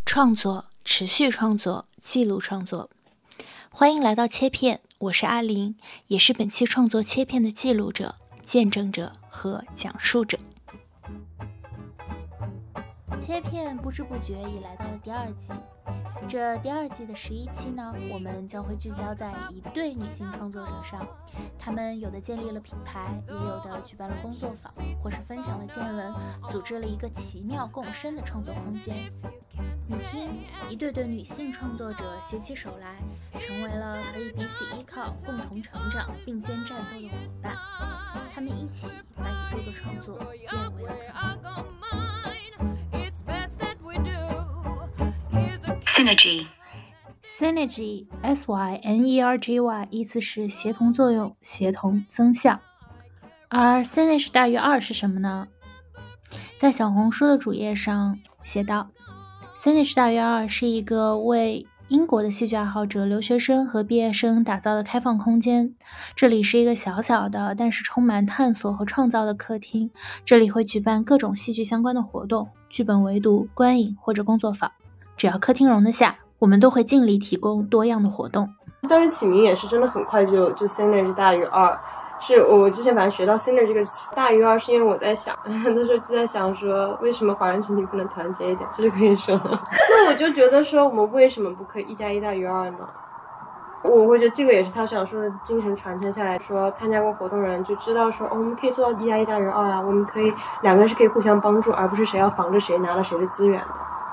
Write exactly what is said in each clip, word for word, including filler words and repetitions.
创作、持续创作、记录创作。欢迎来到切片，我是阿玲，也是本期创作切片的记录者、见证者和讲述者。切片不知不觉已来到了第二季，这第二季的十一期呢，我们将会聚焦在一对女性创作者上，她们有的建立了品牌，也有的举办了工作坊，或是分享了见闻，组织了一个奇妙共生的创作空间。你听，一对对女性创作者携起手来，成为了可以彼此依靠、共同成长、并肩战斗的伙伴。她们一起把一个个创作变为了可能。Synergy Synergy S Y N E R G Y 意思是协同作用、协同增效。而 Synergy 大于二是什么呢？在小红书的主页上写道， Synergy 大于二是一个为英国的戏剧爱好者、留学生和毕业生打造的开放空间。这里是一个小小的但是充满探索和创造的客厅，这里会举办各种戏剧相关的活动，剧本围读、观影或者工作坊。只要客厅容得下，我们都会尽力提供多样的活动。 当时起名也是真的很快就就 Synergy 大于二，是我之前反正学到 Synergy 这个大于二，是因为我在想，那时候就在想说，为什么华人群体不能团结一点？这是可以说的。那我就觉得说，我们为什么不可以一加一大于二呢？我会觉得这个也是他想说的精神传承下来，说参加过活动人就知道说、哦、我们可以做到一加一大于二啊，我们可以两个人是可以互相帮助，而不是谁要防着谁拿了谁的资源的。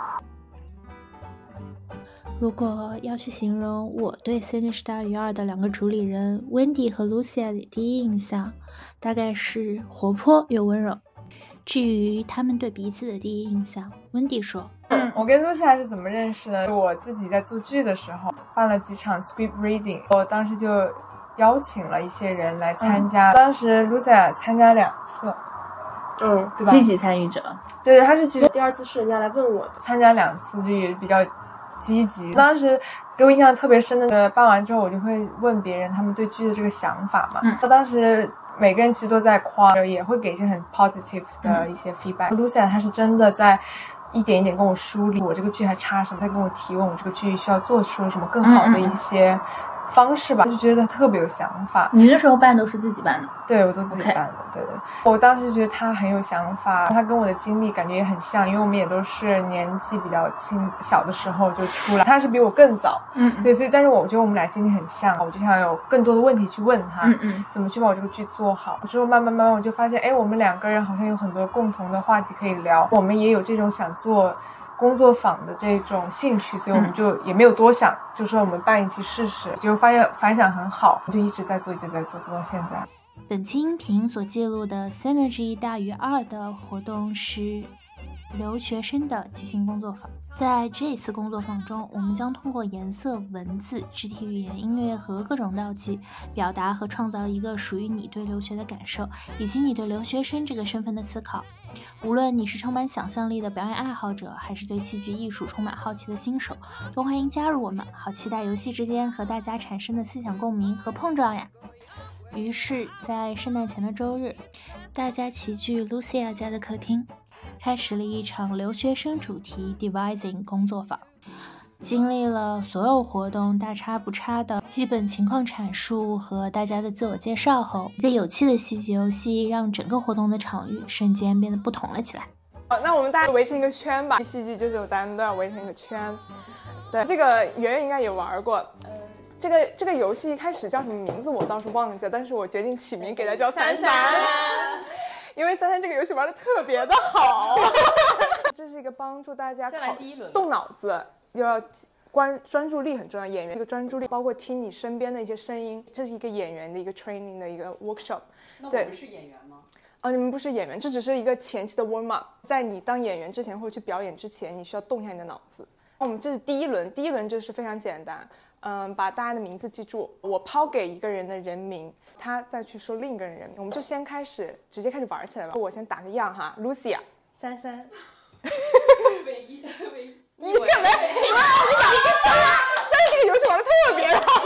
如果要去形容我对 Synergy 大于二的两个主理人 Wendy 和 Lucia 的第一印象，大概是活泼又温柔。至于他们对彼此的第一印象， Wendy 说， 嗯，我跟 Lucia 是怎么认识的？我自己在做剧的时候办了几场 script reading， 我当时就邀请了一些人来参加、嗯、当时 Lucia 参加两次， 嗯， 对吧？ 积极参与者。 对，他是其实第二次是人家来问我的， 参加两次就也比较积极。当时给我印象特别深的，办完之后我就会问别人他们对剧的这个想法嘛。嗯，当时每个人其实都在夸，也会给一些很 positive 的一些 feedback。Lucia 她是真的在一点一点跟我梳理我这个剧还差什么，在跟我提问我这个剧需要做出什么更好的一些方式吧，我就觉得他特别有想法。 你那时候办都是自己办的？ 对，我都自己办的。Okay. 对对，我当时觉得他很有想法，他跟我的经历感觉也很像，因为我们也都是年纪比较轻小的时候就出来，他是比我更早。嗯，对，所以但是我觉得我们俩经历很像，我就想有更多的问题去问他，嗯嗯，怎么去把我这个剧做好。之后慢慢慢慢我就发现，哎，我们两个人好像有很多共同的话题可以聊，我们也有这种想做工作坊的这种兴趣，所以我们就也没有多想、嗯、就说我们办一期试试，就发现反响很好，就一直在做一直在做做到现在。 本期音频所记录的 Synergy 大于二的活动是留学生的即兴工作坊。在这一次工作坊中，我们将通过颜色、文字、肢体语言、音乐和各种道具，表达和创造一个属于你对留学的感受，以及你对留学生这个身份的思考。无论你是充满想象力的表演爱好者，还是对戏剧艺术充满好奇的新手，都欢迎加入我们，好期待游戏之间和大家产生的思想共鸣和碰撞呀！于是在圣诞前的周日，大家齐聚 Lucia 家的客厅，开始了一场留学生主题 Devising 工作坊。经历了所有活动大差不差的基本情况阐述和大家的自我介绍后，一个有趣的戏剧游戏让整个活动的场域瞬间变得不同了起来。 好，那我们大家围成一个圈吧，戏剧就是咱们都要围成一个圈。对，这个圆圆应该也玩过。呃这个这个游戏一开始叫什么名字我倒是忘记了，但是我决定起名给它叫三三，因为三三这个游戏玩的特别的好。这是一个帮助大家考动脑子，又要关专注力很重要，演员这个专注力包括听你身边的一些声音，这是一个演员的一个 training 的一个 workshop。 那我们是演员吗？ 哦，你们不是演员，这只是一个前期的 warm up， 在你当演员之前或者去表演之前，你需要动一下你的脑子。我们这是第一轮，第一轮就是非常简单，嗯，把大家的名字记住，我抛给一个人的人名，他再去说另一个人人名，我们就先开始直接开始玩起来吧。我先打个样哈 ，Lucia， 三三， 唯一唯一。 一个没，哇！你打一个三，三这个游戏玩的特别好。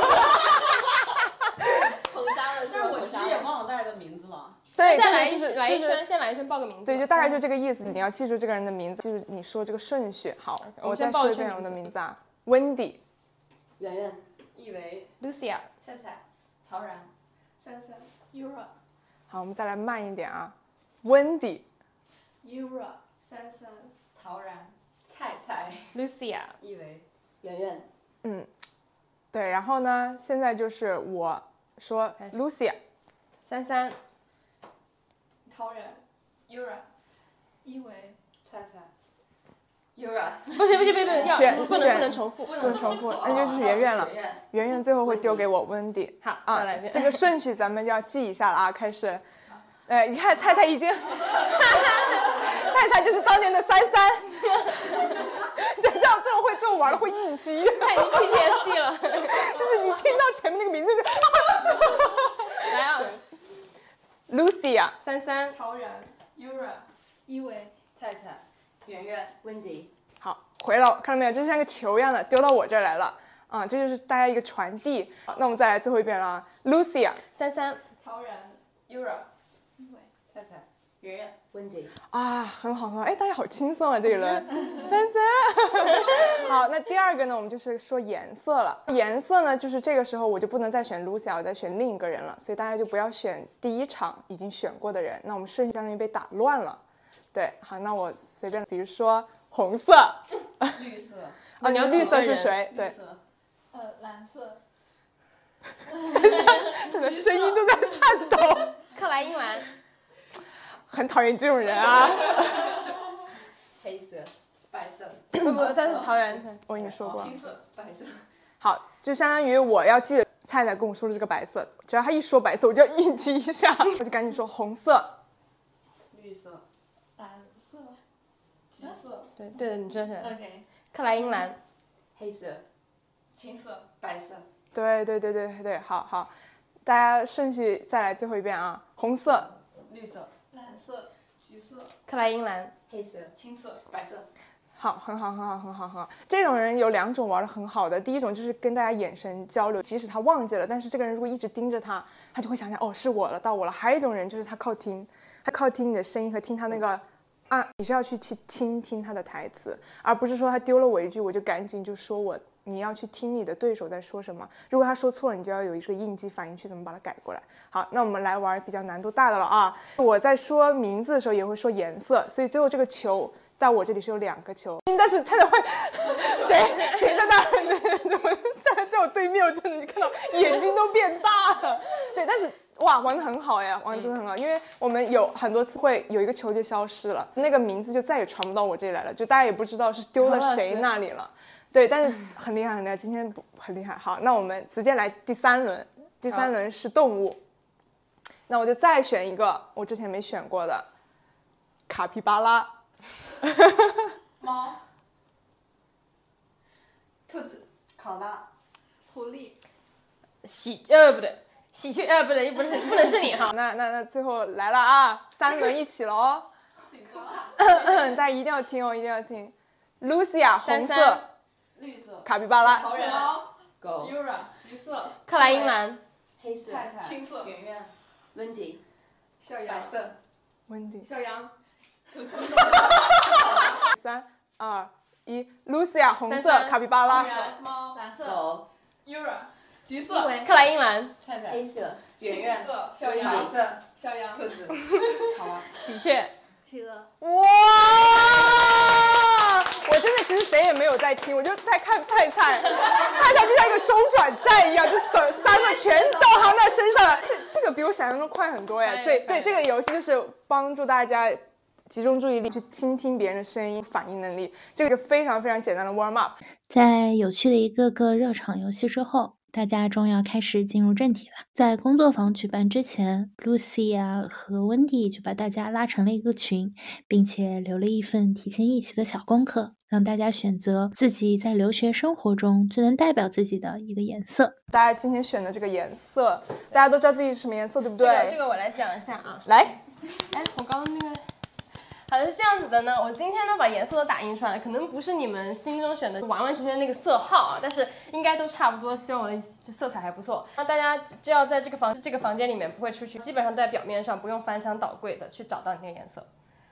捧杀了，但是我其实也忘了大家的名字了。 对， 再来一就是、 来一圈， 就是、 先来一圈报报个名字。 对，就大概就这个意思。你要记住这个人的名字，记住你说这个顺序。好，我再说一遍我的名字啊 ，Wendy， 圆圆，易维 ，Lucia， 菜菜，陶然，三三 Yura， 好，我们再来慢一点啊 ，Wendy， Yura， 三三，陶然，菜菜 ，Lucia， 易维，圆圆， 嗯，对，然后呢，现在就是我说 Lucia， 三三， 陶然 Yura， 一维， 菜菜 Yura， 不行不行不行不行，要选不能选不能重复， 不不能重复，那就是圆圆了。圆圆最后会丢给我 Wendy。 好， 啊再来一遍。 这个顺序咱们就要记一下了啊，开始。哎，你看菜菜已经，菜菜就是当年的三三。对，这样这种会这种玩的会应激。 他已经 P T S D 了。 就是你听到前面那个名字就。 来啊 ，Lucia， 三三， 陶然 Yura， 一维， 菜菜，圆圆 Wendy。 好，回了，看到没有？就像个球一样的丢到我这儿来了。啊、嗯，这就是大家一个传递。好，那我们再来最后一遍了啊 ，Lucia， 三三， 陶然 Yura， 一维， 菜菜，圆圆 Wendy。 啊，很好很好，哎，大家好轻松啊这一轮，三三。好，那第二个呢，我们就是说颜色了。颜色呢，就是这个时候我就不能再选 Lucia， 我再选另一个人了，所以大家就不要选第一场已经选过的人，那我们顺序相当于被打乱了。对，好，那我随便，比如说红色， 绿色， 啊，你要绿色是谁？对， 呃，蓝色， 他的声音都在颤抖。 克莱因蓝， 很讨厌这种人啊。 黑色，白色， 不不，但是陶然， 我跟你说过。 青色，白色。 好，就相当于我要记得菜菜跟我说的这个白色，只要他一说白色，我就要应激一下，我就赶紧说红色、 绿色、 蓝色， 橘色， 对对的，你这是 OK， 克莱因蓝， 黑色、青色、白色。 对对对对对，好好，大家顺序再来最后一遍啊，红色、 绿色、 蓝色， 橘色、 克莱因蓝， 黑色、青色、白色。 好，很好，很好，很好，很好。这种人有两种玩的很好的，第一种就是跟大家眼神交流，即使他忘记了，但是这个人如果一直盯着他，他就会想想，哦，是我了，到我了。还有一种人就是他靠听，他靠听你的声音和听他那个啊，你是要去去倾听他的台词，而不是说他丢了我一句，我就赶紧就说我，你要去听你的对手在说什么。如果他说错了，你就要有一个应激反应去怎么把它改过来。好，那我们来玩比较难度大的了啊！我在说名字的时候也会说颜色，所以最后这个球。在我这里是有两个球，但是他就会谁谁在那儿，在在我对面，我真的看到眼睛都变大了。对，但是哇，玩得很好呀，玩得真的很好，因为我们有很多次会有一个球就消失了，那个名字就再也传不到我这里来了，就大家也不知道是丢了谁那里了。对，但是很厉害很厉害，今天很厉害。好，那我们直接来第三轮，第三轮是动物，那我就再选一个我之前没选过的卡皮巴拉。 猫，兔子，考拉， 狐狸， 喜呃不对，喜鹊呃不对，不是不能是你哈。 那那那最后来了啊，三轮一起了哦。大家一定要听哦，一定要听。Lucia 红色， 绿色， 卡皮巴拉， 陶然，狗 Yura， 橘色， 克莱因蓝， 黑色， 菜菜青色，圆圆，Wendy， 小羊白，色， Wendy， 小羊， 兔子， 三二一 ，Lucia 红色， 三三卡皮巴拉， 猫， 蓝色狗， ，Yura， 橘色， 一维， 克莱因蓝， 菜菜， 黑色， 圆圆， 色， 小羊羊， 色， 小羊， 兔子，好啊， 喜鹊， 企鹅， 哇！我真的其实谁也没有在听，我就在看菜菜，菜菜就像一个中转站一样，就三三个全到他那身上了。这这个比我想象中快很多呀！所以对这个游戏就是帮助大家集中注意力去倾听别人的声音，反应能力，这个非常非常简单的 warm up。 在有趣的一个个热场游戏之后，大家终要开始进入正题了。在工作坊举办之前 ，Lucia 和 Wendy 就把大家拉成了一个群，并且留了一份提前预习的小功课，让大家选择自己在留学生活中最能代表自己的一个颜色。 大家今天选的这个颜色，大家都知道自己是什么颜色，对不对？ 这个这个我来讲一下啊。 来， 哎，我刚刚那个。好像是这样子的呢，我今天呢把颜色都打印出来了，可能不是你们心中选的完完全全那个色号啊，但是应该都差不多，希望我的色彩还不错。那大家只要在这个房这个房间里面不会出去，基本上在表面上不用翻箱倒柜的去找到你的颜色。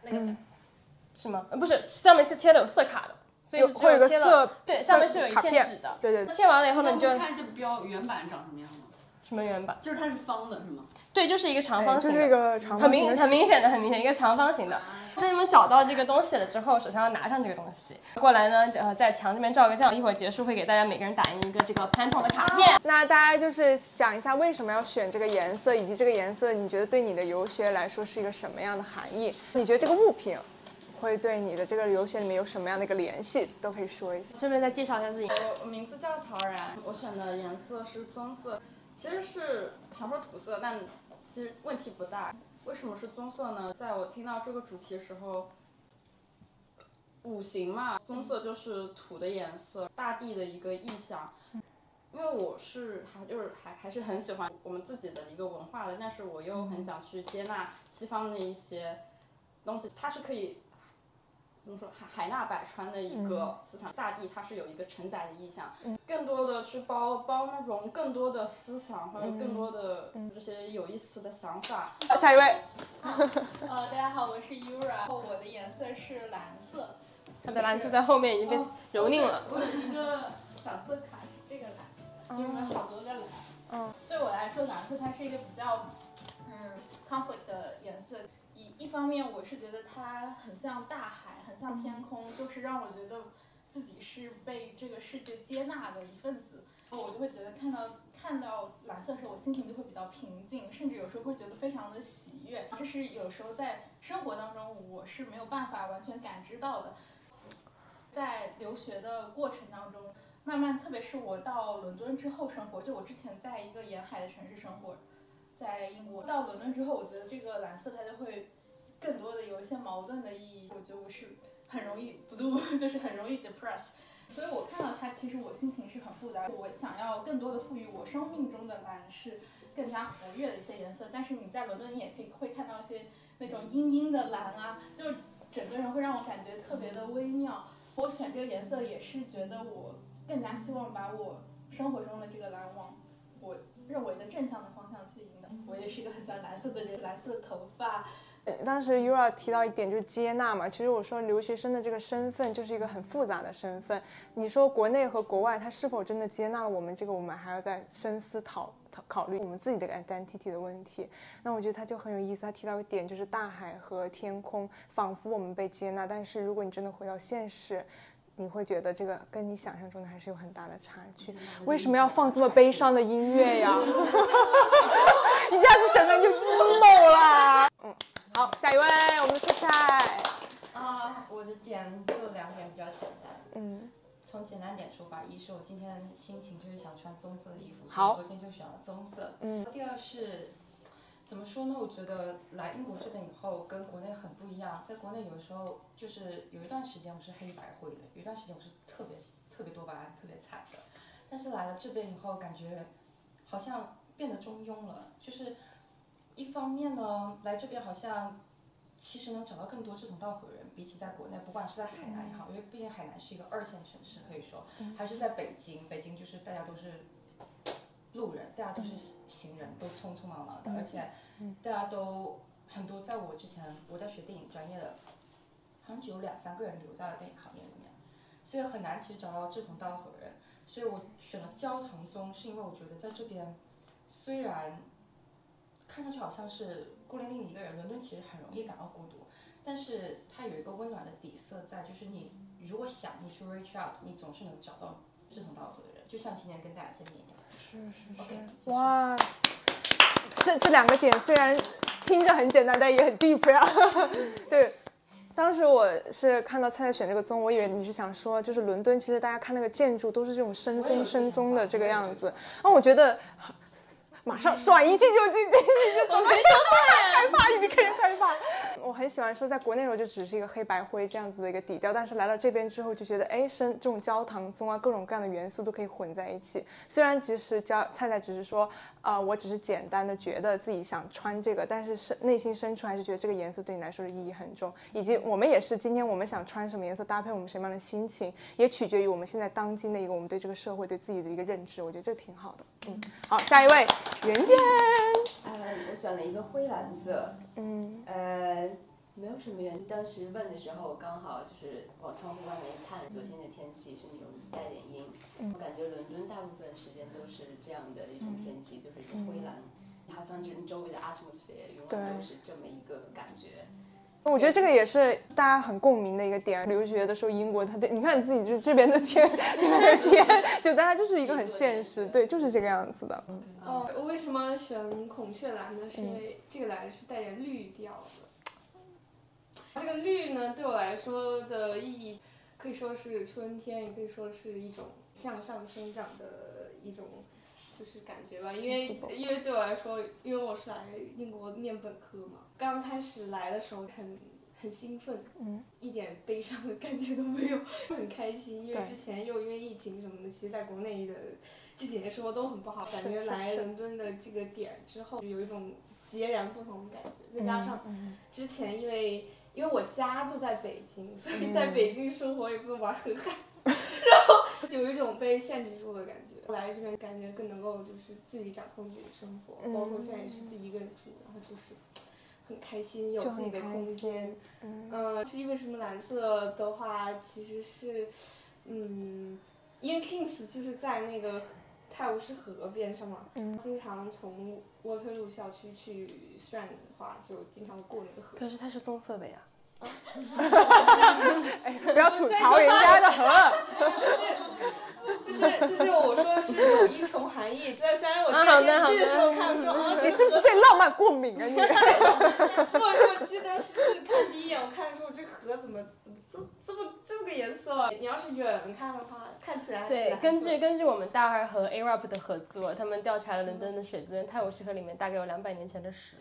那个、嗯、是吗？呃，不是，上面是贴的有色卡的，所以是只有个贴了色， 对，上面是有一片纸的， 对对对。 贴完了以后呢，你就看一下标原版长什么样吗？ 什么原版？ 就是它是方的，是吗？ 对，就是一个长方形的， 就是一个长方形的， 很明很明显的，很明显一个长方形的。那你们找到这个东西了之后，手上要拿上这个东西，过来呢，呃，在墙这边照个相，一会儿结束会给大家每个人打印一个这个 Pantone 的卡片。 那大家就是讲一下为什么要选这个颜色，以及这个颜色你觉得对你的游学来说是一个什么样的含义？你觉得这个物品会对你的这个游学里面有什么样的一个联系，都可以说一下。 顺便再介绍一下自己。 我名字叫陶然，我选的颜色是棕色，其实是想说土色，但其实问题不大。为什么是棕色呢？在我听到这个主题的时候，五行嘛，棕色就是土的颜色，大地的一个意象。因为我是还就是还还是很喜欢我们自己的一个文化的，但是我又很想去接纳西方的一些东西，它是可以怎么说海海纳百川的一个思想。嗯、大地它是有一个承载的意象，嗯、更多的去包包那种更多的思想，还有更多的这些有意思的想法。 嗯、下一位， 呃，大家好，我是 Yura， 我的颜色是蓝色。 它的蓝色在后面已经被蹂躏了。 我有一个小色卡是这个蓝，因为好多个蓝。嗯，对我来说，蓝色它是一个比较嗯 conflict 的颜色。一一方面，我是觉得它很像大海，很像天空，就是让我觉得自己是被这个世界接纳的一份子。我就会觉得看到看到蓝色的时候，我心情就会比较平静，甚至有时候会觉得非常的喜悦。这是有时候在生活当中我是没有办法完全感知到的。在留学的过程当中，慢慢，特别是我到伦敦之后生活，就我之前在一个沿海的城市生活，在英国，到伦敦之后，我觉得这个蓝色它就会更多的有一些矛盾的意义。我觉得我是很容易 blue， 就是很容易 depress， 所以我看到它，其实我心情是很复杂。我想要更多的赋予我生命中的蓝是更加活跃的一些颜色，但是你在伦敦你也可以会看到一些那种阴阴的蓝啊，就整个人会让我感觉特别的微妙。我选这个颜色也是觉得我更加希望把我生活中的这个蓝往我认为的正向的方向去引导。我也是一个很喜欢蓝色的人，蓝色的头发。 当时 Yura 提到一点就是接纳嘛，其实我说留学生的这个身份就是一个很复杂的身份。你说国内和国外它是否真的接纳了我们这个，我们还要再深思讨考虑我们自己的 identity 的问题。那我觉得他就很有意思，他提到一点就是大海和天空，仿佛我们被接纳，但是如果你真的回到现实，你会觉得这个跟你想象中的还是有很大的差距。为什么要放这么悲伤的音乐呀？一下子整个人就 emo 啦。嗯，好，下一位，我们菜菜。 啊，我的点就两点比较简单。 嗯。 从简单点出发，一是我今天心情就是想穿棕色的衣服， 好， 所以昨天就选了棕色。 嗯。 第二是，怎么说呢？我觉得来英国这边以后跟国内很不一样。在国内有的时候就是有一段时间我是黑白灰的，有一段时间我是特别特别多巴胺、特别惨的。但是来了这边以后，感觉好像变得中庸了。就是一方面呢，来这边好像其实能找到更多志同道合的人，比起在国内，不管是在海南也好，因为毕竟海南是一个二线城市，可以说，还是在北京，北京就是大家都是路人，大家都是行人，都匆匆忙忙的，而且大家都很多，在我之前我在学电影专业的，好像只有两三个人留在了电影行业里面，所以很难其实找到志同道合的人，所以我选了焦糖棕，是因为我觉得在这边虽然看上去好像是孤零零的一个人，伦敦其实很容易感到孤独，但是它有一个温暖的底色在，就是你如果想你去 reach out， 你总是能找到志同道合的人，就像今天跟大家见面一样。 是是是。Okay, 哇，这这两个点虽然听着很简单，但也很 deep 呀。对。当时我是看到菜菜选这个棕，我以为你是想说，就是伦敦其实大家看那个建筑都是这种深棕深棕的这个样子，然后我觉得马上说完一句就进进去就走到害怕，一直看人害怕。我很喜欢说，在国内的时候就只是一个黑白灰这样子的一个底调，但是来到这边之后就觉得，哎，深这种焦糖棕啊，各种各样的元素都可以混在一起。虽然只是焦菜菜只是说，啊、呃，我只是简单的觉得自己想穿这个，但是深内心深处还是觉得这个颜色对你来说的意义很重。以及我们也是，今天我们想穿什么颜色，搭配我们什么样的心情，也取决于我们现在当今的一个我们对这个社会对自己的一个认知。我觉得这个挺好的。嗯，好，下一位，圆圆。 呃，我选了一个灰蓝色。 嗯。 呃， 没有什么原因。当时问的时候，刚好就是往窗户外面一看，昨天的天气是那种带点阴。嗯、我感觉伦敦大部分时间都是这样的一种天气，嗯、就是一个灰蓝，嗯、好像就是周围的 atmosphere 永远都是这么一个感觉。 我觉得这个也是大家很共鸣的一个点。留学的时候，英国它的，你看你自己就这边的天，这边的天，就大家就是一个很现实，对，就是这个样子的。 哦，我为什么选孔雀蓝呢？是因为这个蓝是带点绿调的。这个绿呢，对我来说的意义，可以说是春天，也可以说是一种向上生长的一种，就是感觉吧。因为因为对我来说，因为我是来英国念本科嘛，刚开始来的时候很很兴奋，嗯，一点悲伤的感觉都没有，很开心。因为之前又因为疫情什么的，其实在国内的这几年生活都很不好，感觉来伦敦的这个点之后，有一种截然不同的感觉。再加上之前因为。因为我家就在北京，所以在北京生活也不能玩很嗨，嗯、然后有一种被限制住的感觉。来这边感觉更能够就是自己掌控自己的生活，嗯、包括现在也是自己一个人住，然后就是很开心，有自己的空间。嗯，呃，至于为什么蓝色的话，其实是，嗯，因为 Kings 就是在那个泰晤士河边上嘛，嗯、经常从沃特路校区去 Strand 的话，就经常过那个河。 可是它是棕色的呀。 哎，不要吐槽人家的河。 就是就是我说的是有一重含义，就虽然我看电视剧的时候看说，啊， 你是不是对浪漫过敏啊你？ 我我记得是看第一眼，我看的时候这河怎么怎么这这么这么个颜色？你要是远看的话，看起来对，根据根据我们大二和 A R A P 的合作，他们调查了伦敦的水资源，泰晤士河里面大概有两百年前的屎。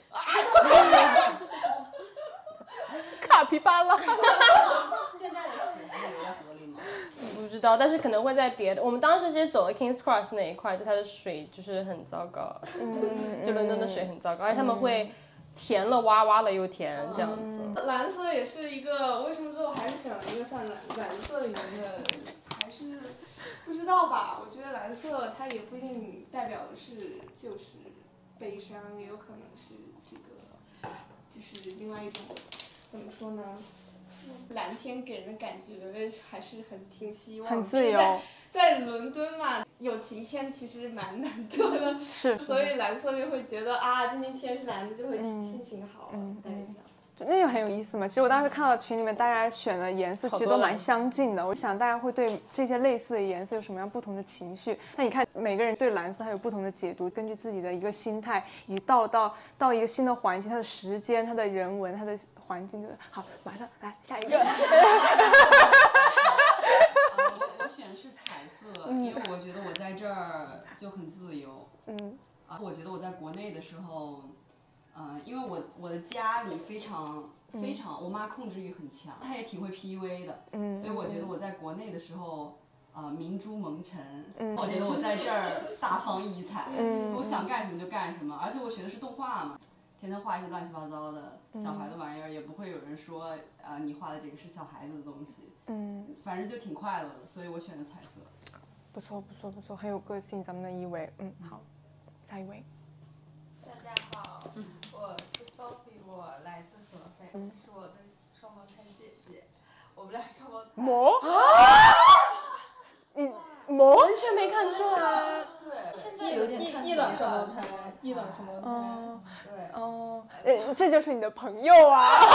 卡皮巴拉。 现在的屎还留在河里吗？ 不知道，但是可能会在别的。我们当时其实走了 Kings Cross 那一块，就它的水就是很糟糕，嗯，就伦敦的水很糟糕，而且他们会甜了挖，挖了又甜，这样子。 嗯、蓝色也是一个，为什么说我还是选了一个算蓝蓝色里面的，还是不知道吧？我觉得蓝色它也不一定代表的是就是悲伤，也有可能是这个，就是另外一种。怎么说呢？蓝天给人的感觉还是很挺希望， 很自由。 在, 在伦敦嘛，有晴天其实蛮难得的， 是， 所以蓝色就会觉得啊，今天天是蓝的，就会心情好，嗯、大概这样。 那就很有意思嘛。其实我当时看到群里面大家选的颜色其实都蛮相近的，我想大家会对这些类似的颜色有什么样不同的情绪。那你看每个人对蓝色还有不同的解读，根据自己的一个心态，以及到到到一个新的环境，它的时间、它的人文、它的环境，就是好，马上来下一个。 我选的是彩色，因为我觉得我在这儿就很自由。嗯。啊，我觉得我在国内的时候。嗯，因为我我的家里非常非常，嗯、我妈控制欲很强，她也挺会 P U A 的，嗯，所以我觉得我在国内的时候，呃，明珠蒙尘，嗯，我觉得我在这儿大放异彩，嗯，我想干什么就干什么，而且我学的是动画嘛，天天画一些乱七八糟的小孩的玩意儿，也不会有人说啊、呃、你画的这个是小孩子的东西，嗯，反正就挺快乐的，所以我选的彩色。 不错不错不错，很有个性，咱们的一位，嗯，好，下一位。 大家好，嗯、我是 Sophie， 我来自合肥，嗯、是我的双胞胎姐姐，我们俩双胞胎。 魔？你魔？ 完全没看出来。 对， 现在有点看一两双胞胎， 一两双胞胎。 哦， 对。 哦，呃，这就是你的朋友啊！好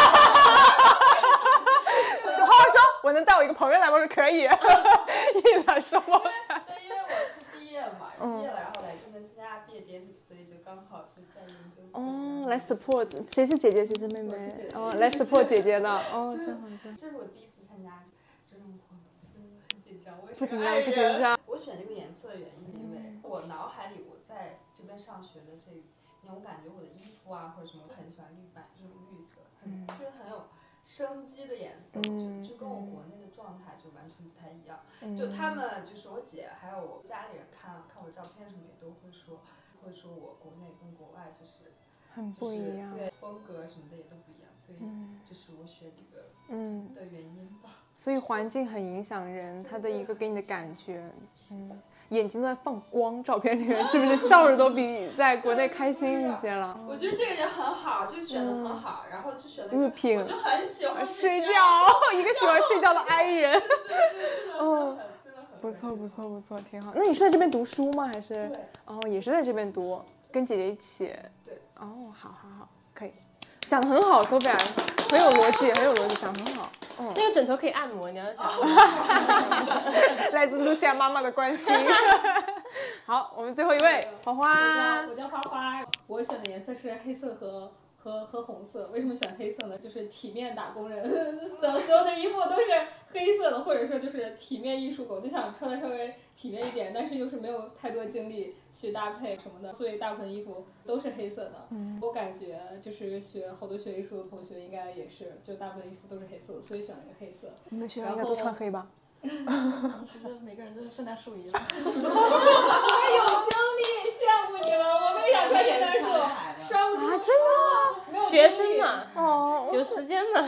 好说，我能带我一个朋友来吗？我说可以。一两双胞胎。 对，因为我是毕业了嘛，毕业了，然后来这边参加毕业典礼，所以就刚好就在研究生。 哦，来 support， 谁是姐姐，谁是妹妹？哦，来 support 姐姐的。哦，真好真。 这是我第一次参加这种活动，所以很紧张。我也不紧张，不紧张。 我选这个颜色的原因，因为我脑海里我在这边上学的这，我感觉我的衣服啊或者什么，我很喜欢绿板这种绿色，很就是很有生机的颜色，我觉得就跟我国内的状态就完全不太一样。就他们就是我姐还有我家里人看看我照片什么也都会说，会说我国内跟国外就是很不一样， 对风格什么的也都不一样，所以就是我选这个的原因吧。 所以环境很影响人，他的一个给你的感觉，嗯，眼睛都在放光，照片里面是不是笑着都比在国内开心一些了？ 我觉得这个人很好，就选的很好，嗯、然后就选了物品， 我就很喜欢睡觉，一个喜欢睡觉的 I 人，对对对，嗯，真的很不错不错不错，挺好。那你是在这边读书吗？还是？对，哦，也是在这边读，跟姐姐一起。 对， 哦，好好好，可以。讲得很好，索菲亚很有逻辑，很有逻辑，讲得很好。嗯， 那个枕头可以按摩，你要讲。 来自露西亚妈妈的关心。好，我们最后一位花花。 我叫我叫花花，我选的颜色是黑色和和和红色。为什么选黑色呢？就是体面打工人的所有的衣服都是黑色的，或者说就是体面艺术狗，就想穿的稍微体面一点，但是又是没有太多精力去搭配什么的，所以大部分衣服都是黑色的。嗯，我感觉就是学好多学艺术的同学应该也是，就大部分衣服都是黑色的，所以选了个黑色。 你们学校应该都穿黑吧？ 是不是每个人都是圣诞树一样？我们有经历，羡慕你了。我们也想穿圣诞树，刷不出啊！真的？学生嘛，哦，有时间嘛。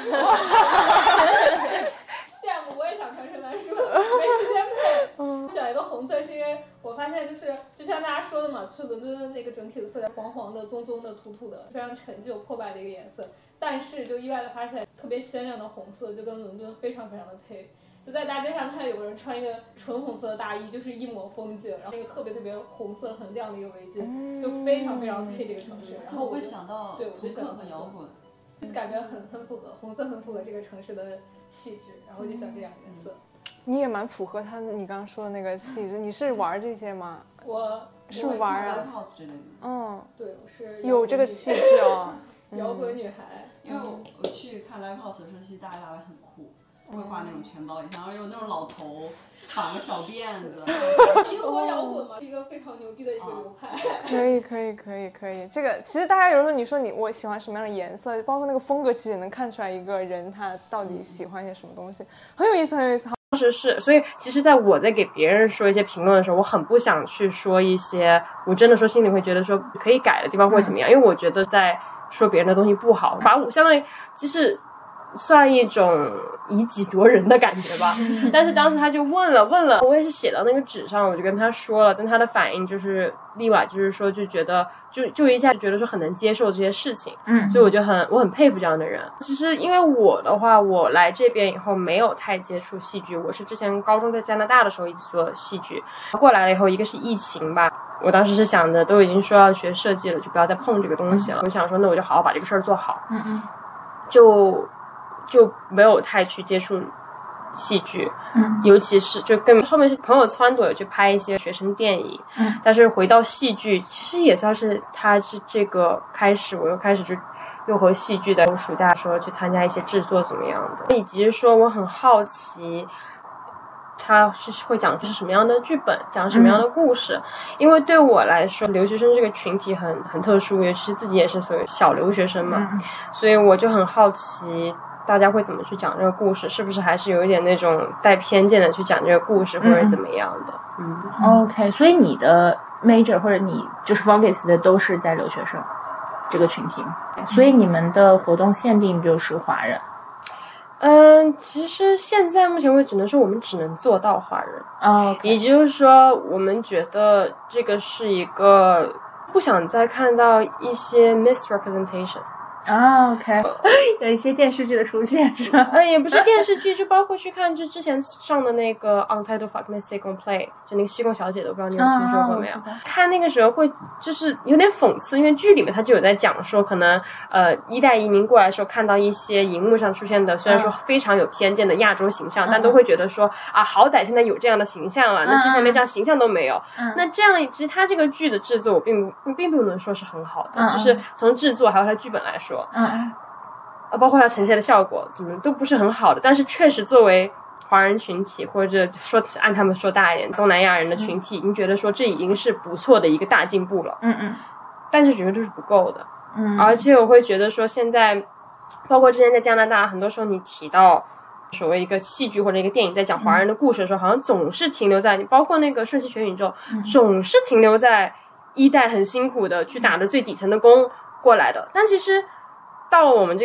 羡慕，我也想穿圣诞树，没时间配。嗯，选一个红色是因为我发现就是就像大家说的嘛，就是伦敦的那个整体的色调黄黄的、棕棕的、土土的，非常陈旧破败的一个颜色。但是就意外的发现，特别鲜亮的红色就跟伦敦非常非常的配。就在大街上看有个人穿一个纯红色的大衣，就是一抹风景，然后那个特别特别红色很亮的一个围巾，嗯、就非常非常配这个城市。然后我会想到对，我就选朋克和摇滚， 就是感觉很很符合，红色很符合这个城市的气质，然后就选这两个颜色。 你也蛮符合他你刚刚说的那个气质，你是玩这些吗？ 我是玩啊， 嗯，对，我是有这个气质哦， 摇滚女孩。 因为我我去看 live house 的时候，其实大家大家很酷。会画那种全包，然后有那种老头绑个小辫子。 英国摇滚嘛，是一个非常牛逼的一个流派。 可以可以可以可以，这个其实大家有时候你说你我喜欢什么样的颜色，包括那个风格，其实也能看出来一个人他到底喜欢一些什么东西，很有意思很有意思。 当时是，所以其实在我在给别人说一些评论的时候，我很不想去说一些我真的说心里会觉得说可以改的地方或者怎么样，因为我觉得在说别人的东西不好，把我相当于其实算一种以己夺人的感觉吧。但是当时他就问了问了，我也是写到那个纸上，我就跟他说了，但他的反应就是立马就是说就觉得就就一下就觉得说很能接受这些事情。嗯，所以我就很我很佩服这样的人。其实因为我的话，我来这边以后没有太接触戏剧，我是之前高中在加拿大的时候一直做戏剧，过来了以后一个是疫情吧，我当时是想着都已经说要学设计了，就不要再碰这个东西了。我想说那我就好好把这个事儿做好。嗯嗯，就就没有太去接触戏剧，嗯，尤其是就跟后面是朋友撺掇有去拍一些学生电影，嗯，但是回到戏剧，其实也算是他是这个开始，我又开始就又和戏剧的暑假说去参加一些制作怎么样的，以及说我很好奇。他是会讲就是什么样的剧本，讲什么样的故事、嗯、因为对我来说留学生这个群体很很特殊，尤其是自己也是所谓小留学生嘛、嗯、所以我就很好奇大家会怎么去讲这个故事，是不是还是有一点那种带偏见的去讲这个故事、嗯、或者怎么样的。 嗯 OK， 所以你的 major 或者你就是 focus 的都是在留学生这个群体、嗯、所以你们的活动限定就是华人。 嗯，其实现在目前为止只能说我们只能做到华人啊， okay. 也就是说我们觉得这个是一个不想再看到一些 misrepresentation 啊、oh, OK 有一些电视剧的出现是吧？ 呃，也不是电视剧，就包括去看就之前上的那个 Untitled Fragment Second Play， 就那个西贡小姐的，我不知道你有听说过没有、oh, 看那个时候会就是有点讽刺，因为剧里面他就有在讲说可能呃一代移民过来的时候看到一些荧幕上出现的虽然说非常有偏见的亚洲形象、嗯、但都会觉得说啊好歹现在有这样的形象了、嗯、那之前连这样形象都没有、嗯、那这样其实他这个剧的制作我并不并不能说是很好的、嗯、就是从制作还有他剧本来说嗯啊，包括它呈现的效果怎么都不是很好的，但是确实作为华人群体或者说按他们说大一点东南亚人的群体、嗯、已经觉得说这已经是不错的一个大进步了。嗯嗯，但是绝对是不够的。嗯，而且我会觉得说现在包括之前在加拿大很多时候你提到所谓一个戏剧或者一个电影在讲华人的故事的时候、嗯、好像总是停留在你包括那个瞬息全宇宙、嗯、总是停留在一代很辛苦的去打的最底层的工过来的，但其实到了我们这个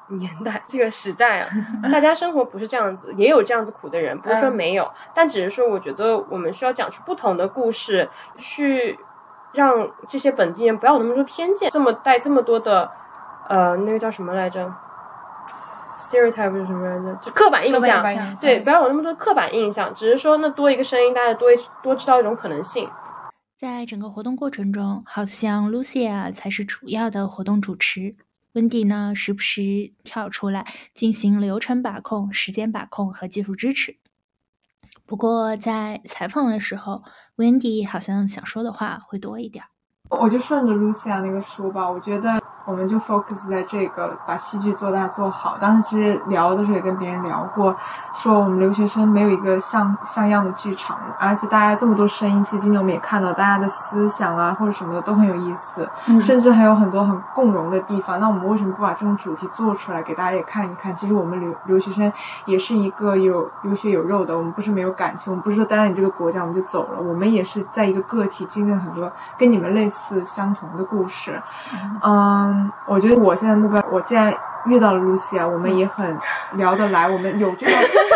年代这个时代啊，大家生活不是这样子，也有这样子苦的人，不是说没有，嗯、但只是说我觉得我们需要讲出不同的故事，去让这些本地人不要有那么多偏见，这么带这么多的呃那个叫什么来着 stereotype 是什么来着，就刻板印象， 印象对，不要有那么多刻板印象，只是说那多一个声音，大家多多知道一种可能性。 在整个活动过程中，好像 Lucia 才是主要的活动主持，温迪呢时不时跳出来进行流程把控、时间把控和技术支持。不过在采访的时候，温迪好像想说的话会多一点。 我就顺着 Lucia 那个说吧，我觉得我们就 focus 在这个把戏剧做大做好。当时其实聊的时候也跟别人聊过，说我们留学生没有一个像像样的剧场，而且大家这么多声音，其实今天我们也看到大家的思想啊或者什么的都很有意思，嗯、甚至还有很多很共融的地方。那我们为什么不把这种主题做出来给大家也看一看？其实我们留留学生也是一个有有血有肉的，我们不是没有感情，我们不是说待在你这个国家我们就走了，我们也是在一个个体经历了很多跟你们类似相同的故事。嗯，我觉得我现在的目标，我既然遇到了 Lucia， 我们也很聊得来，我们有这个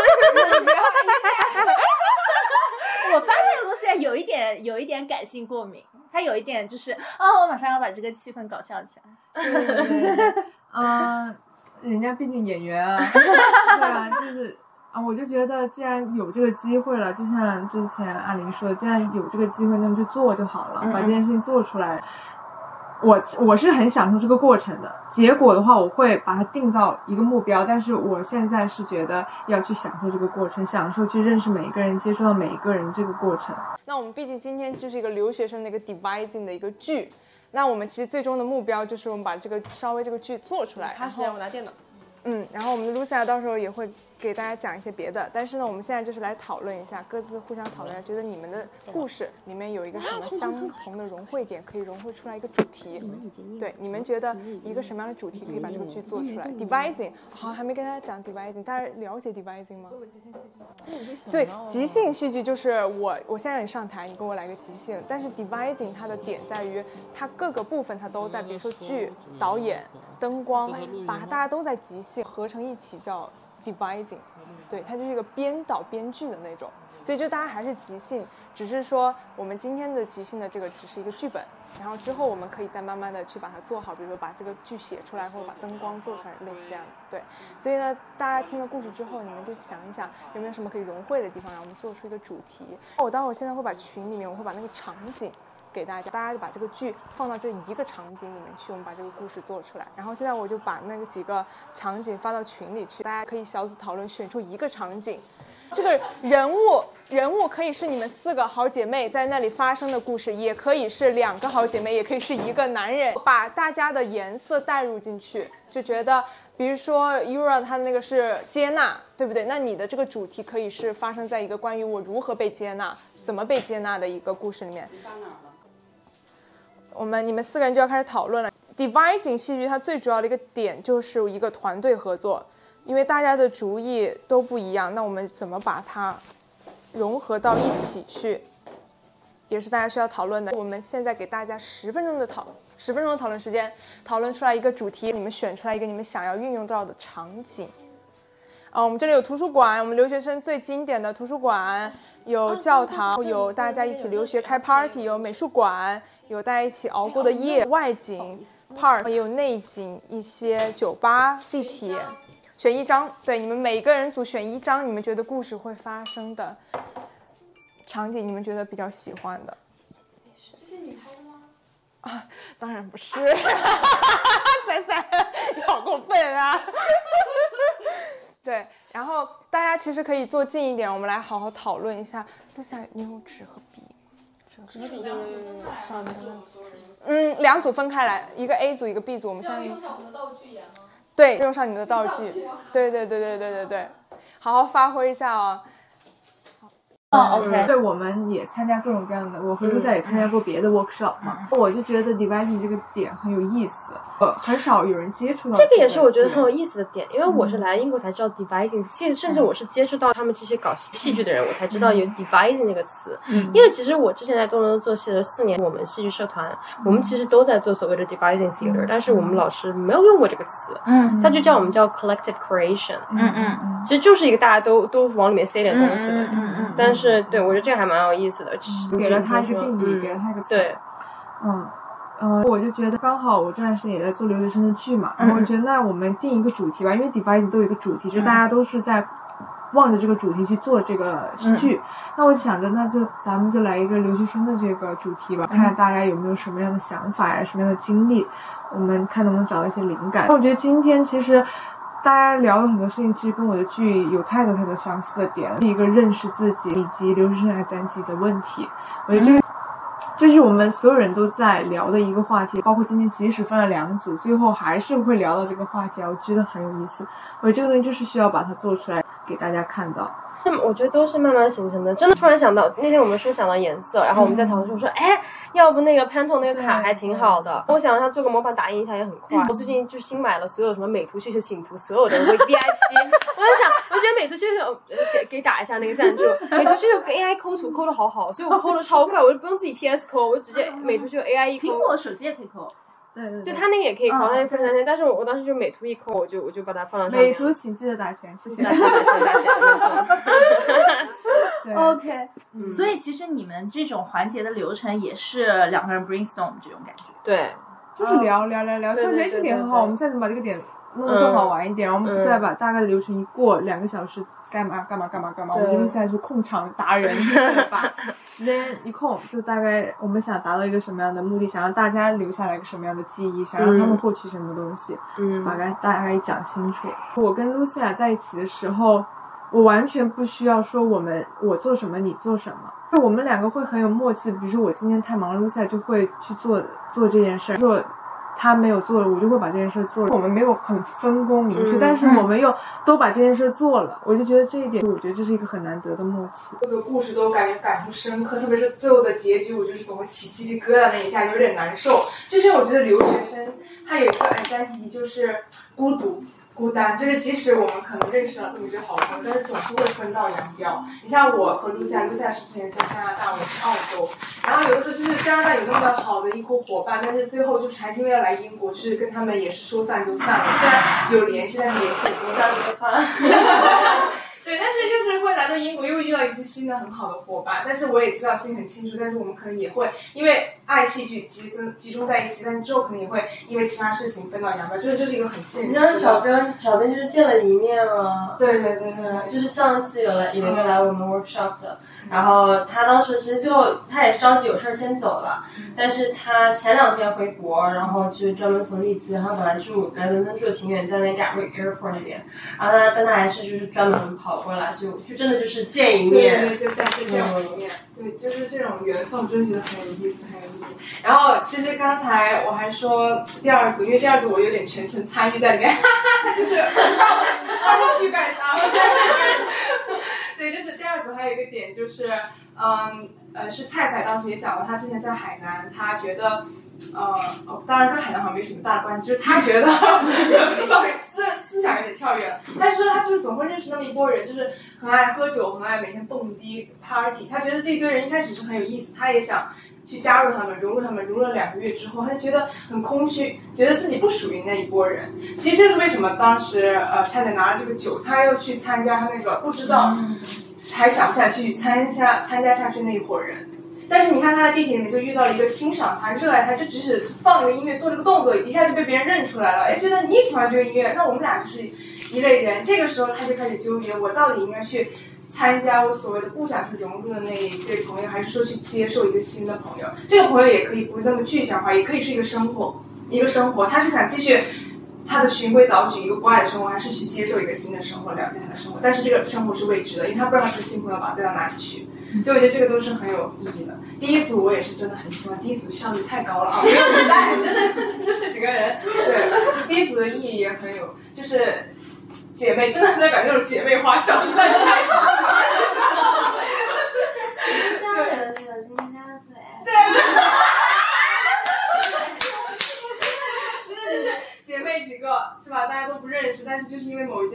我发现 Lucia 有一点有一点感性过敏，她有一点就是啊、哦，我马上要把这个气氛搞笑起来。 对对对对，嗯，人家毕竟演员啊，对啊，就是啊，我就觉得既然有这个机会了，就像之前阿玲说的，既然有这个机会，那么就做就好了，嗯、把这件事情做出来。我我是很享受这个过程的，结果的话我会把它定到一个目标，但是我现在是觉得要去享受这个过程，享受去认识每一个人，接触到每一个人这个过程。 那我们毕竟今天就是一个留学生的一个 devising 的一个剧，那我们其实最终的目标就是我们把这个稍微这个剧做出来。 开始我拿电脑。 嗯，然后我们的 Lucia 到时候也会给大家讲一些别的，但是呢，我们现在就是来讨论一下，各自互相讨论一下，觉得你们的故事里面有一个什么相同的融汇点，可以融汇出来一个主题。对，你们觉得一个什么样的主题可以把这个剧做出来 ？Devising， 好像还没跟大家讲 Devising， 大家了解 Devising 吗？对，即兴戏剧就是我，我现在让你上台，你给我来个即兴。但是 Devising 它的点在于，它各个部分它都在，比如说剧、导演、灯光，把大家都在即兴合成一起叫 devising， 对，它就是一个编导编剧的那种，所以就大家还是即兴，只是说我们今天的即兴的这个只是一个剧本，然后之后我们可以再慢慢的去把它做好，比如说把这个剧写出来，或者把灯光做出来，类似这样子，对。所以呢，大家听了故事之后，你们就想一想有没有什么可以融汇的地方，然后我们做出一个主题。我待会儿现在会把群里面，我会把那个场景给大家，大家就把这个剧放到这一个场景里面去，我们把这个故事做出来。然后现在我就把那个几个场景发到群里去，大家可以小组讨论，选出一个场景。这个人物人物可以是你们四个好姐妹在那里发生的故事，也可以是两个好姐妹，也可以是一个男人，把大家的颜色带入进去，就觉得比如说 Yura 她那个是接纳，对不对？那你的这个主题可以是发生在一个关于我如何被接纳，怎么被接纳的一个故事里面。我们你们四个人就要开始讨论了。Devising 戏剧它最主要的一个点就是一个团队合作，因为大家的主意都不一样，那我们怎么把它融合到一起去，也是大家需要讨论的。我们现在给大家十分钟的讨十分钟的讨论时间，讨论出来一个主题，你们选出来一个你们想要运用到的场景。啊，我们这里有图书馆，我们留学生最经典的图书馆，有教堂，有大家一起留学开 party， 有美术馆，有大家一起熬过的夜，外景 park， 也有内景，一些酒吧、地铁。选一张，对，你们每个人组选一张，你们觉得故事会发生的场景，你们觉得比较喜欢的。 这是你拍的吗？ 啊，当然不是。三三，你好过分啊！对，然后大家其实可以坐近一点，我们来好好讨论一下。露夏，你有纸和笔吗？纸和笔，上面。嗯，两组分开来，一个 A 组，一个 B 组。我们现在用上我们的道具演吗？ 对，用上你的道具。对对对对对对对，好好发挥一下哦。 哦 ，OK， 对，我们也参加各种各样的，我和陆赛也参加过别的 workshop 嘛，嗯、我就觉得 devising 这个点很有意思，呃，很少有人接触到。 这个也是我觉得很有意思的点，因为我是来英国才知道 devising， 甚甚至我是接触到他们这些搞戏剧的人，我才知道有 devising 这个词。嗯，因为其实我之前在多伦多做戏的四年，我们戏剧社团，我们其实都在做所谓的 devising theater，、嗯、但是我们老师没有用过这个词，嗯，他就叫我们叫 collective creation， 嗯嗯，其实就是一个大家都都往里面塞点东西的，嗯 嗯, 嗯, 嗯，但是对我觉得这个还蛮有意思的， 嗯、给了他一个定义，嗯、给了他一个词，对，嗯。嗯、呃，我就觉得刚好我这段时间也在做留学生的剧嘛，然后我觉得那我们定一个主题吧，因为 devising 都有一个主题，就是大家都是在望着这个主题去做这个剧。嗯、那我想着，那就咱们就来一个留学生的这个主题吧，嗯、看看大家有没有什么样的想法呀，什么样的经历，我们看能不能找到一些灵感。我觉得今天其实大家聊的很多事情，其实跟我的剧有太多太多相似的点，是一个认识自己以及留学生identity的问题。我觉得这个。这是我们所有人都在聊的一个话题，包括今天即使分了两组，最后还是会聊到这个话题啊，我觉得很有意思。我觉得这个东西就是需要把它做出来给大家看到。 我觉得都是慢慢形成的。真的突然想到，那天我们说想到颜色，然后我们在讨论说，我说，哎，要不那个 Pantone 那个卡还挺好的。我想让它做个模板打印一下也很快。我最近就新买了所有什么美图秀秀、醒图所有的 V I P， 我在想，我觉得美图秀秀给给打一下那个赞助，美图秀秀跟 A I 抠图抠的好好，所以我抠的超快，我就不用自己 P S 抠，我就直接美图秀秀 A I 一抠。 苹果手机也可以抠。 对对对，他那个也可以抠，但是分三天。但是我我当时就美图一抠，我就我就把它放到上面。 美图请记得打钱，谢谢。 打钱打钱打钱， 没错。OK，、嗯、所以其实你们这种环节的流程也是两个人 brainstorm 这种感觉。 对， 就是聊聊聊聊，就觉得这个点很好，我们再怎么把这个点弄得更好玩一点，然后我们再把大概的流程一过，两个小时干嘛干嘛干嘛干嘛，我们现在是控场达人，把时间一控，就大概我们想达到一个什么样的目的，想让大家留下来一个什么样的记忆，想让他们获取什么东西，嗯，把它大概讲清楚。我跟 Lucia 在一起的时候，我完全不需要说我们我做什么你做什么，就我们两个会很有默契。比如说我今天太忙了 ，Lucia 就会去做做这件事，做。他没有做了，我就会把这件事做了。我们没有很分工明确，嗯、但是我们又都把这件事做了。我就觉得这一点，我觉得这是一个很难得的默契。 这个故事都感觉感触深刻，特别是最后的结局，我就是总会起鸡皮疙瘩那一下，有点难受。就是我觉得留学生他有一个identity就是孤独。孤单，就是即使我们可能认识了这么多好朋友，但是总是会分道扬镳。你像我和露夏，露夏是之前在加拿大，我是澳洲，然后有的时候就是加拿大有那么好的一伙伙伴，但是最后就是还是因为要来英国，就是跟他们也是说散就散了。虽然有联系，但是联系也不用单独的饭。对，但是就是会来到英国，又会遇到一支新的很好的伙伴。但是我也知道心很清楚，但是我们可能也会因为爱戏剧集中集中在一起，但是之后可能也会因为其他事情分道扬镳，就是这是一个很现实。 你让小编，小编就是见了一面啊。 对对对对， 就是上次有来有一个来我们 workshop 的，然后他当时其实就他也着急有事先走了，但是他前两天回国，然后就专门从利兹，他本来住来伦敦住的挺远，在那 Gatwick Airport 那边，然后他但他还是就是专门跑过来，就就真的就是见一面， 对对对，再见一面，对，就是这种缘分，真的觉得很有意思，很有意义。然后其实刚才我还说第二组，因为第二组我有点全程参与在里面，就是发动预感啊，对，就是第二组还有一个点就是，嗯呃，是菜菜当时也讲了，他之前在海南，他觉得。呃，哦，当然跟海南好像没什么大的关系，就是他觉得，sorry， 思思想有点跳跃了。他说他就是总会认识那么一波人，就是很爱喝酒，很爱每天蹦迪 party。他觉得这一堆人一开始是很有意思，他也想去加入他们，融入他们。融入了两个月之后，他就觉得很空虚，觉得自己不属于那一波人。其实这是为什么当时呃，太太拿了这个酒，他又去参加他那个不知道还想不想继续参加参加下去那一伙人。但是你看他在地铁里面就遇到了一个欣赏他、热爱他，就只是放一个音乐做这个动作，一下就被别人认出来了，哎，觉得你也喜欢这个音乐，那我们俩就是一类人。这个时候他就开始纠结，我到底应该去参加我所谓的不想去融入的那一对朋友，还是说去接受一个新的朋友？这个朋友也可以不那么具象化，也可以是一个生活，一个生活，他是想继续他的循规蹈矩一个不爱的生活，还是去接受一个新的生活，了解他的生活？但是这个生活是未知的，因为他不知道他这个新朋友把他带到哪里去。所以我觉得这个都是很有意义的。第一组我也是真的很喜欢，第一组效率太高了啊！没有很大，真的就这几个人。对，第一组的意义也很有，就是姐妹真的在感觉那种姐妹花小三开始。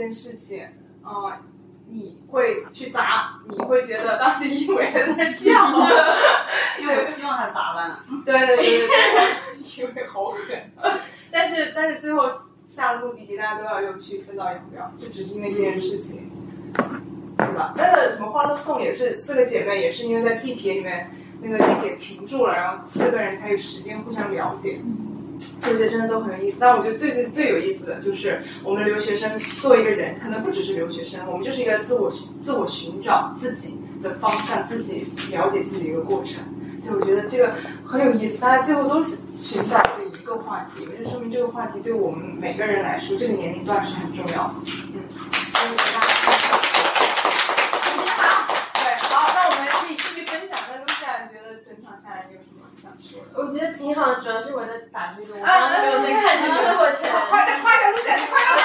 件事情，呃，你会去砸，你会觉得当时以为在笑， 因为我希望他砸烂。 对对对对对，因为好狠。但是但是最后下了目的地，大家都要又去分道扬镳，就只是因为这件事情，对吧？那个什么《欢乐颂》也是四个姐妹，也是因为在地铁里面，那个地铁停住了，然后四个人才有时间互相了解。我觉得真的都很有意思，但我觉得最最最有意思的就是我们留学生作为一个人，可能不只是留学生，我们就是一个自我自我寻找自己的方向，自己了解自己的一个过程。所以我觉得这个很有意思，大家最后都是寻找这一个话题，我就说明这个话题对我们每个人来说，这个年龄段是很重要的。嗯，好，对，好，那我们可以继续分享。那露西亚，你觉得整场下来你有什么想说的？ 我觉得挺好的，主要是我在打这个，我刚刚没有在看这个过程。 快点，快点，露西亚，你快点！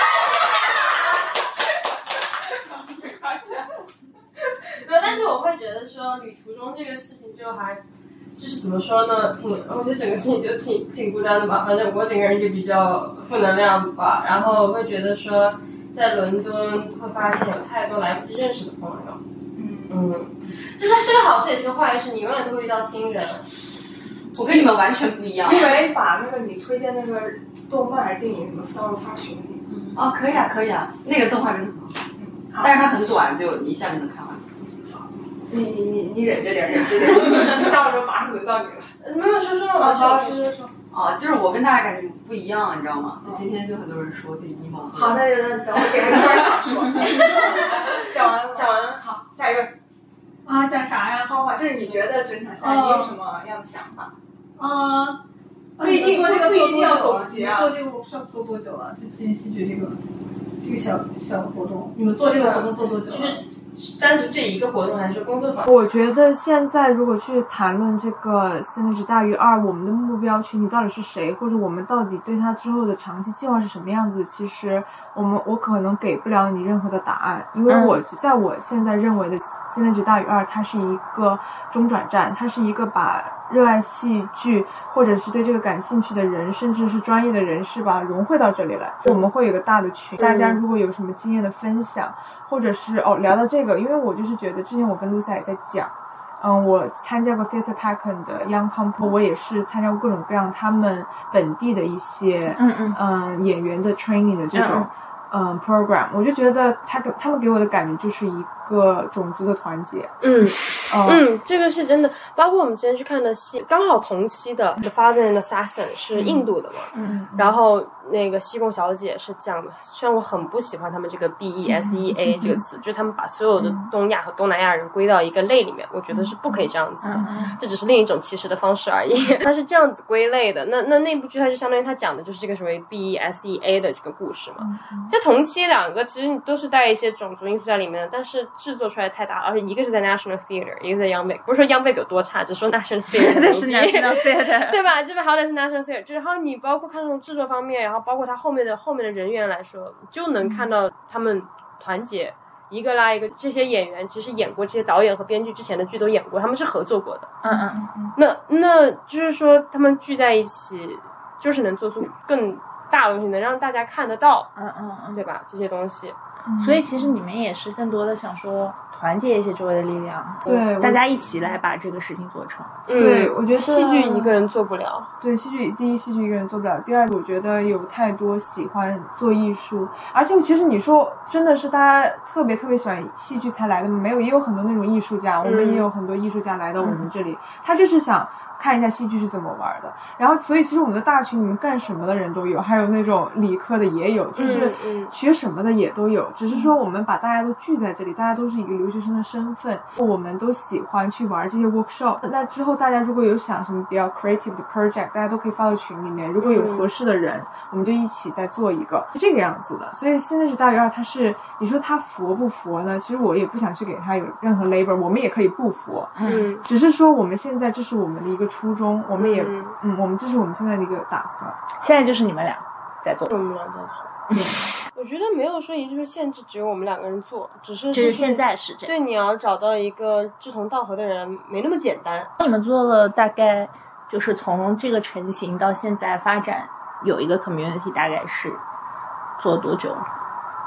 没有，但是我会觉得说旅途中这个事情就还就是怎么说呢，挺我觉得整个事情就挺挺孤单的吧，反正我整个人就比较负能量吧，然后我会觉得说在伦敦会发现有太多来不及认识的朋友，嗯嗯，就它是个好事也是个坏事，你永远都会遇到新人。 我跟你们完全不一样。 因为把那个你推荐那个动漫还是电影什么到时候发群里。 嗯哦，可以啊，可以啊，那个动画真的很好，但是它很短，就一下就能看完。 你你你你忍着点，忍着点，到时候马上轮到你了。 没有说说，我好说说说。 啊，就是我跟大家感觉不一样，你知道吗？就今天就很多人说对 emo。 好，那那等我给很多人场说。讲完了，讲完了，好，下一个。 啊，讲啥呀？ 画画，就是你觉得整场下来你有什么样的想法？ 啊， 不一定， 这个不一定要总结啊。 做这个是要做多久了？这这戏剧这个这个小小活动，你们做这个活动做多久了？ 单独这一个活动还是工作坊？ 我觉得现在如果去谈论这个 synergy 大于二，我们的目标群体到底是谁，或者我们到底对他之后的长期计划是什么样子，其实我们我可能给不了你任何的答案，因为我在我现在认为的 synergy 大于二，它是一个中转站，它是一个把热爱戏剧或者是对这个感兴趣的人，甚至是专业的人士吧融汇到这里来。我们会有个大的群，大家如果有什么经验的分享，或者是哦聊到这个，因为我就是觉得之前我跟露西也在讲，嗯，我参加过 Theatre Packen 的 Young Company， 我也是参加过各种各样他们本地的一些嗯嗯嗯演员的 training 的这种。嗯嗯 program， 我就觉得他给他们给我的感觉就是一个种族的团结。 嗯嗯，这个是真的。包括我们之前去看的戏，刚好同期的《The Father and the Assassin》是印度的嘛，嗯，然后那个西贡小姐是这样的。虽然我很不喜欢他们这个 B E S E A 这个词，就是他们把所有的东亚和东南亚人归到一个类里面，我觉得是不可以这样子的，这只是另一种歧视的方式而已。它是这样子归类的。那那那部剧它就相当于它讲的就是这个所谓 B E S E A 的这个故事嘛。在同期两个其实都是带一些种族因素在里面的，但是制作出来太大了，而且一个是在 National Theatre， 一个在 Young Vic， 不是说 Young Vic 有多差，只是说 National Theatre 这是 National Theatre 对吧？这边好歹是 National Theatre， 然后你包括看从制作方面，然后包括他后面的后面的人员来说，就能看到他们团结。一个拉一个，这些演员其实演过，这些导演和编剧之前的剧都演过，他们是合作过的。嗯嗯嗯。那那就是说，他们聚在一起，就是能做出更大的东西，能让大家看得到。嗯嗯嗯，对吧？这些东西。 所以其实你们也是更多的想说团结一些周围的力量， 对， 大家一起来把这个事情做成。 嗯、对，我觉得戏剧一个人做不了。 对，戏剧第一，戏剧一个人做不了；第二，我觉得有太多喜欢做艺术，而且其实你说真的是大家特别特别喜欢戏剧才来的吗？没有，也有很多那种艺术家，我们也有很多艺术家来到我们这里，嗯、他就是想看一下戏剧是怎么玩的。然后，所以其实我们的大群里面干什么的人都有，还有那种理科的也有，就是学什么的也都有。只是说我们把大家都聚在这里，大家都是一个留学生的身份，我们都喜欢去玩这些 workshop。那之后大家如果有想什么比较 creative 的 project， 大家都可以发到群里面。如果有合适的人，我们就一起再做一个，是这个样子的。所以现在是大于二，它是你说它佛不佛呢？其实我也不想去给它有任何 label， 我们也可以不佛，嗯，只是说我们现在这是我们的一个初衷，我们也嗯, 嗯，我们这是我们现在的一个打算。 现在就是你们俩在做， 我们俩在做。我觉得没有说一定是限制只有我们两个人做，只是就是现在是这样。 对，你要找到一个志同道合的人没那么简单。 你们做了大概就是从这个成型到现在发展有一个 community 大概是做多久？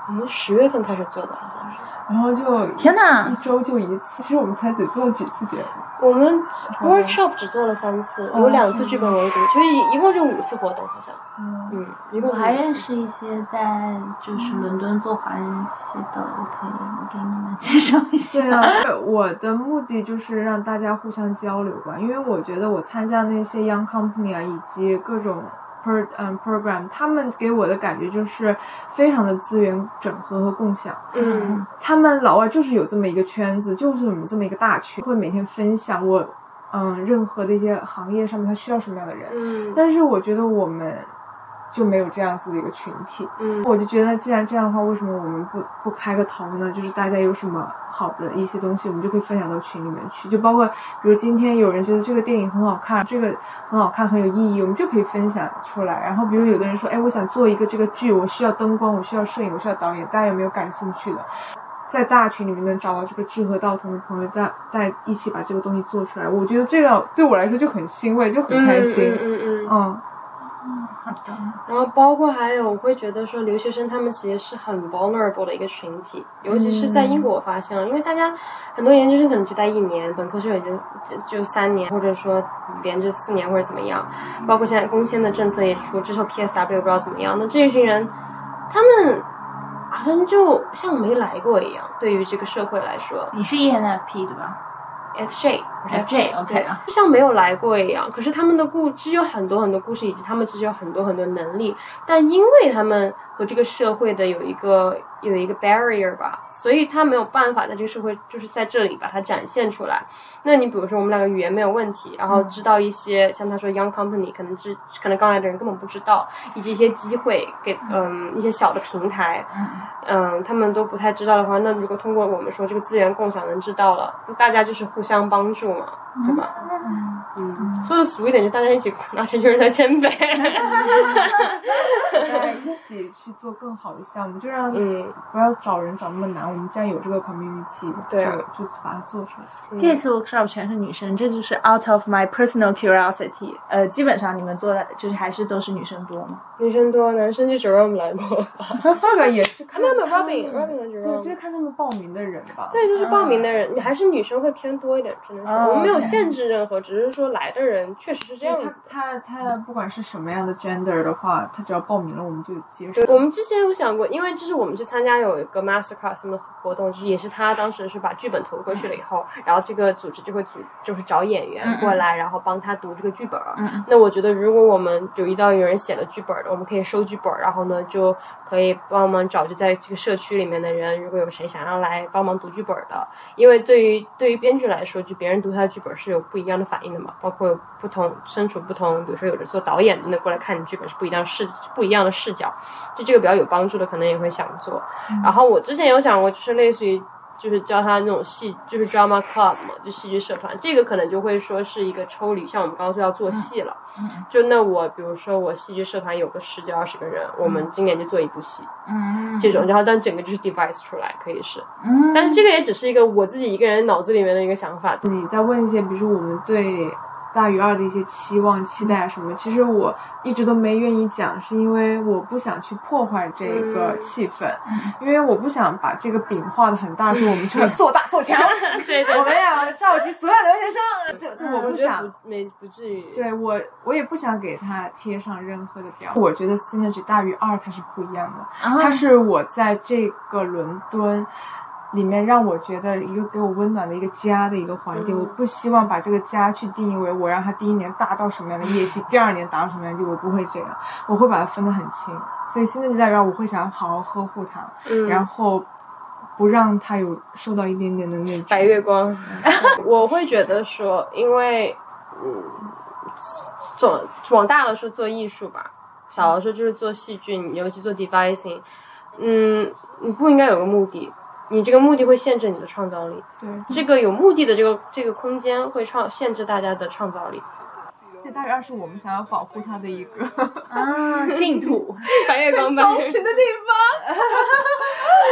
我们十月份开始做的，好像是。 然后就天哪， 一周就一次。其实我们才只做了几次节目。 我们 workshop 只做了三次，有两次剧本围读，其实一一共就五次活动，好像。嗯嗯，一共我还认识一些在就是伦敦做华人系的，我可以给你们介绍一下。 对啊，我的目的就是让大家互相交流吧，因为我觉得我参加那些 Young Company 啊，以及各种。pro 嗯 program， 他们给我的感觉就是非常的资源整合和共享。 嗯， 他们老外就是有这么一个圈子，就是我们这么一个大群，会每天分享我嗯任何的一些行业上面他需要什么样的人。 嗯， 但是我觉得我们就没有这样子的一个群体。 嗯， 我就觉得既然这样的话，为什么我们不不开个头呢？就是大家有什么好的一些东西，我们就可以分享到群里面去。就包括比如今天有人觉得这个电影很好看，这个很好看很有意义，我们就可以分享出来。然后比如有的人说，哎，我想做一个这个剧，我需要灯光，我需要摄影，我需要导演，大家有没有感兴趣的？在大群里面能找到这个志合道同的朋友，再再一起把这个东西做出来，我觉得这个对我来说就很欣慰，就很开心。 嗯嗯嗯。 嗯嗯，好的。然后包括还有，我会觉得说留学生他们其实是很 vulnerable 的一个群体，尤其是在英国我发现了，因为大家很多研究生可能就待一年，本科生已经就三年，或者说连着四年或者怎么样，包括现在工签的政策也出，之后 P S W 不知道怎么样，那这一群人，他们好像就像没来过一样，对于这个社会来说。 你是 E N F P 对吧 ？F J F J OK 啊， 就像没有来过一样。可是他们的故其实有很多很多故事，以及他们其实有很多很多能力，但因为他们和这个社会的有一个有一个 barrier 吧，所以他没有办法在这个社会就是在这里把它展现出来。那你比如说我们两个语言没有问题，然后知道一些、嗯、像他说 young company 可能知可能刚来的人根本不知道，以及一些机会给嗯一些小的平台，嗯他们都不太知道的话，那如果通过我们说这个资源共享能知道了，大家就是互相帮助嘛，对吧？嗯嗯，说的俗一点，就大家一起拿全球人才天呗， 大家一起去做更好的项目，就让嗯不要找人找那么难。我们既然有这个 community， 对、啊， 就就把它做出来。 嗯、这次 workshop 全是女生，这就是 out of my personal curiosity。呃，基本上你们做的就是还是都是女生多吗？ 女生多，男生就 Jerome 来过。 这个也是看没有没有 Robin Robin 和 Jerome， 对，就是看他们报名的人吧。 对，就是报名的人，你、嗯、还是女生会偏多一点，只能说、哦、我们没有限制任何，只是说来的人确实是这样子。 他他他不管是什么样的 gender 的话，他只要报名了，我们就接受。 我们之前有想过，因为就是我们去参加有一个 masterclass 的活动，就是也是他当时是把剧本投过去了以后，然后这个组织就会组就是找演员过来，然后帮他读这个剧本。嗯、那我觉得如果我们有遇到有人写了剧本的，我们可以收剧本，然后呢就可以帮忙找就在这个社区里面的人，如果有谁想要来帮忙读剧本的，因为对于对于编剧来说，就别人读他的剧本是有不一样的反应的嘛，包括有不同身处不同，比如说有人做导演的，那过来看你剧本是不一样的视不一样的视角，就这个比较有帮助的，可能也会想做。嗯、然后我之前有想过，就是类似于就是教他那种戏，就是 drama club 嘛，就戏剧社团，这个可能就会说是一个抽离，像我们刚刚说要做戏了，嗯、就那我比如说我戏剧社团有个十几二十个人，我们今年就做一部戏，嗯，这种，然后但整个就是 device 出来可以是，嗯，但是这个也只是一个我自己一个人脑子里面的一个想法。 你再问一些，比如说我们对大于二的一些期望、期待什么，其实我一直都没愿意讲，是因为我不想去破坏这个气氛，嗯、因为我不想把这个饼画得很大，说我们就要做大做强， 对对， 我们要召集所有留学生，对对，我不想， 没不至于， 对我我也不想给他贴上任何的标。我觉得 Synergy 大于二它是不一样的，啊、它是我在这个伦敦里面让我觉得一个给我温暖的一个家的一个环境，嗯、我不希望把这个家去定义为我让他第一年达到什么样的业绩，第二年达到什么样的业绩，我不会这样，我会把它分得很清。所以新的代表我会想好好呵护他，嗯、然后不让他有受到一点点的那种白月光。我会觉得说，因为嗯，总往大了说做艺术吧，小的说就是做戏剧，尤其做 devising， 嗯，你不应该有个目的。你这个目的会限制你的创造力， 对， 这个有目的的这个这个空间会创限制大家的创造力。 这大概是我们想要保护它的一个啊净土， 白月光白月光的地方。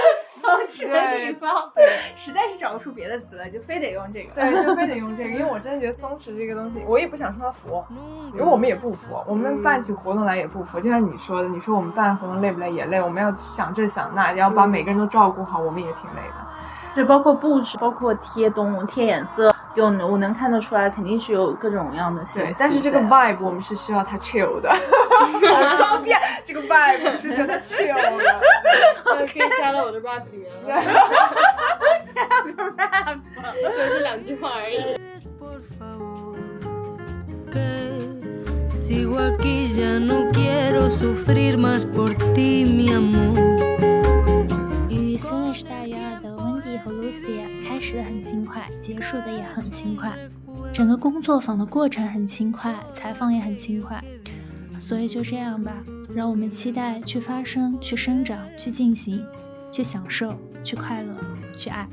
方吃的地方， 对， 实在是找不出别的词了，就非得用这个。 对，就非得用这个，因为我真的觉得松弛这个东西，我也不想说它服，因为我们也不服，我们办起活动来也不服。就像你说的，你说我们办活动累不累？也累，我们要想这想那，要把每个人都照顾好，我们也挺累的。 对，包括布置，包括贴东贴颜色，有我能看得出来，肯定是有各种各样的心思。 对，但是这个 vibe 我们是需要它 chill 的，好方便。这个 vibe 是需要它 chill 的， 可以加到我的 rap 里面了。 rap， 就这两句话而已。 Sigo aquí, ya no quiero sufrir más por ti, mi amor。 与 Sinish 大于二的 Wendy 和 Lucy 开始的很轻快，结束的也很轻快，整个工作坊的过程很轻快，采访也很轻快，所以就这样吧，让我们期待去发生，去生长，去进行，去享受，去快乐，去爱。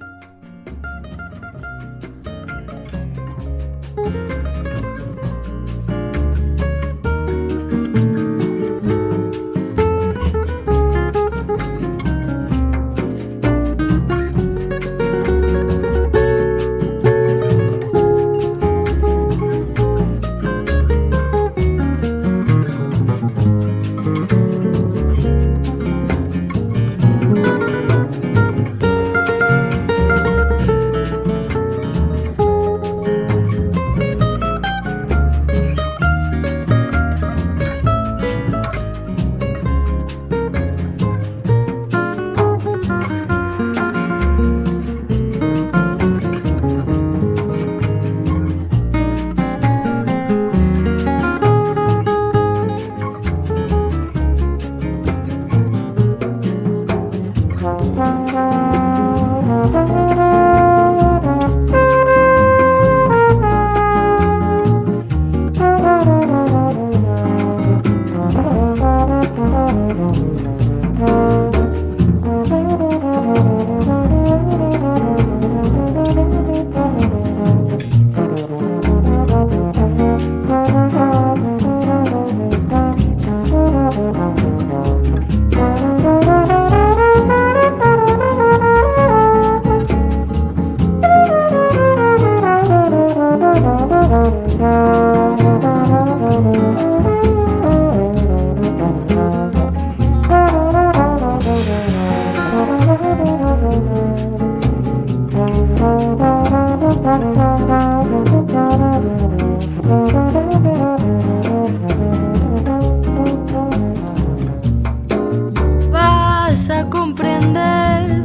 Vas a comprender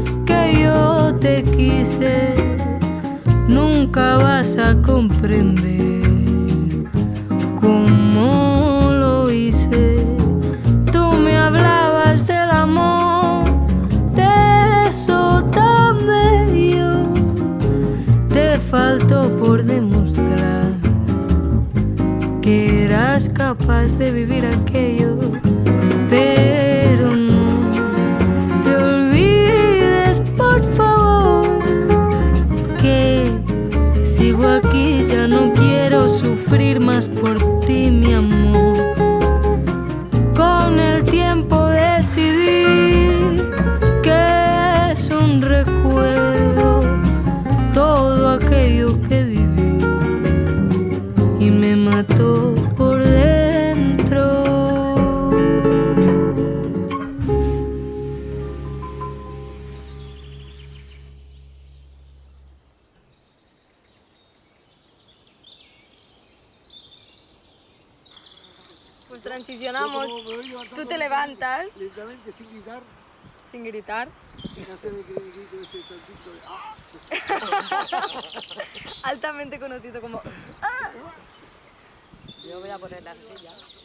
que yo te quise, nunca vas a comprender cómo lo hice. Tú me hablabas del amor, de eso tan bello, te faltó por demostrar que eras capaz de vivir aquello, pero no te olvides, por favor, que sigo aquí, ya no quiero sufrir más por ti, mi amor. Con el tiempo decidí que es un recuerdo todo aquello que viví y me mató por dentro. Pues transicionamos. Tú te levantas. Lentamente, sin gritar. Sin gritar. Sin hacer el grito ese tan típico de ¡ah! Altamente conocido como ¡ah! Yo voy a poner la silla.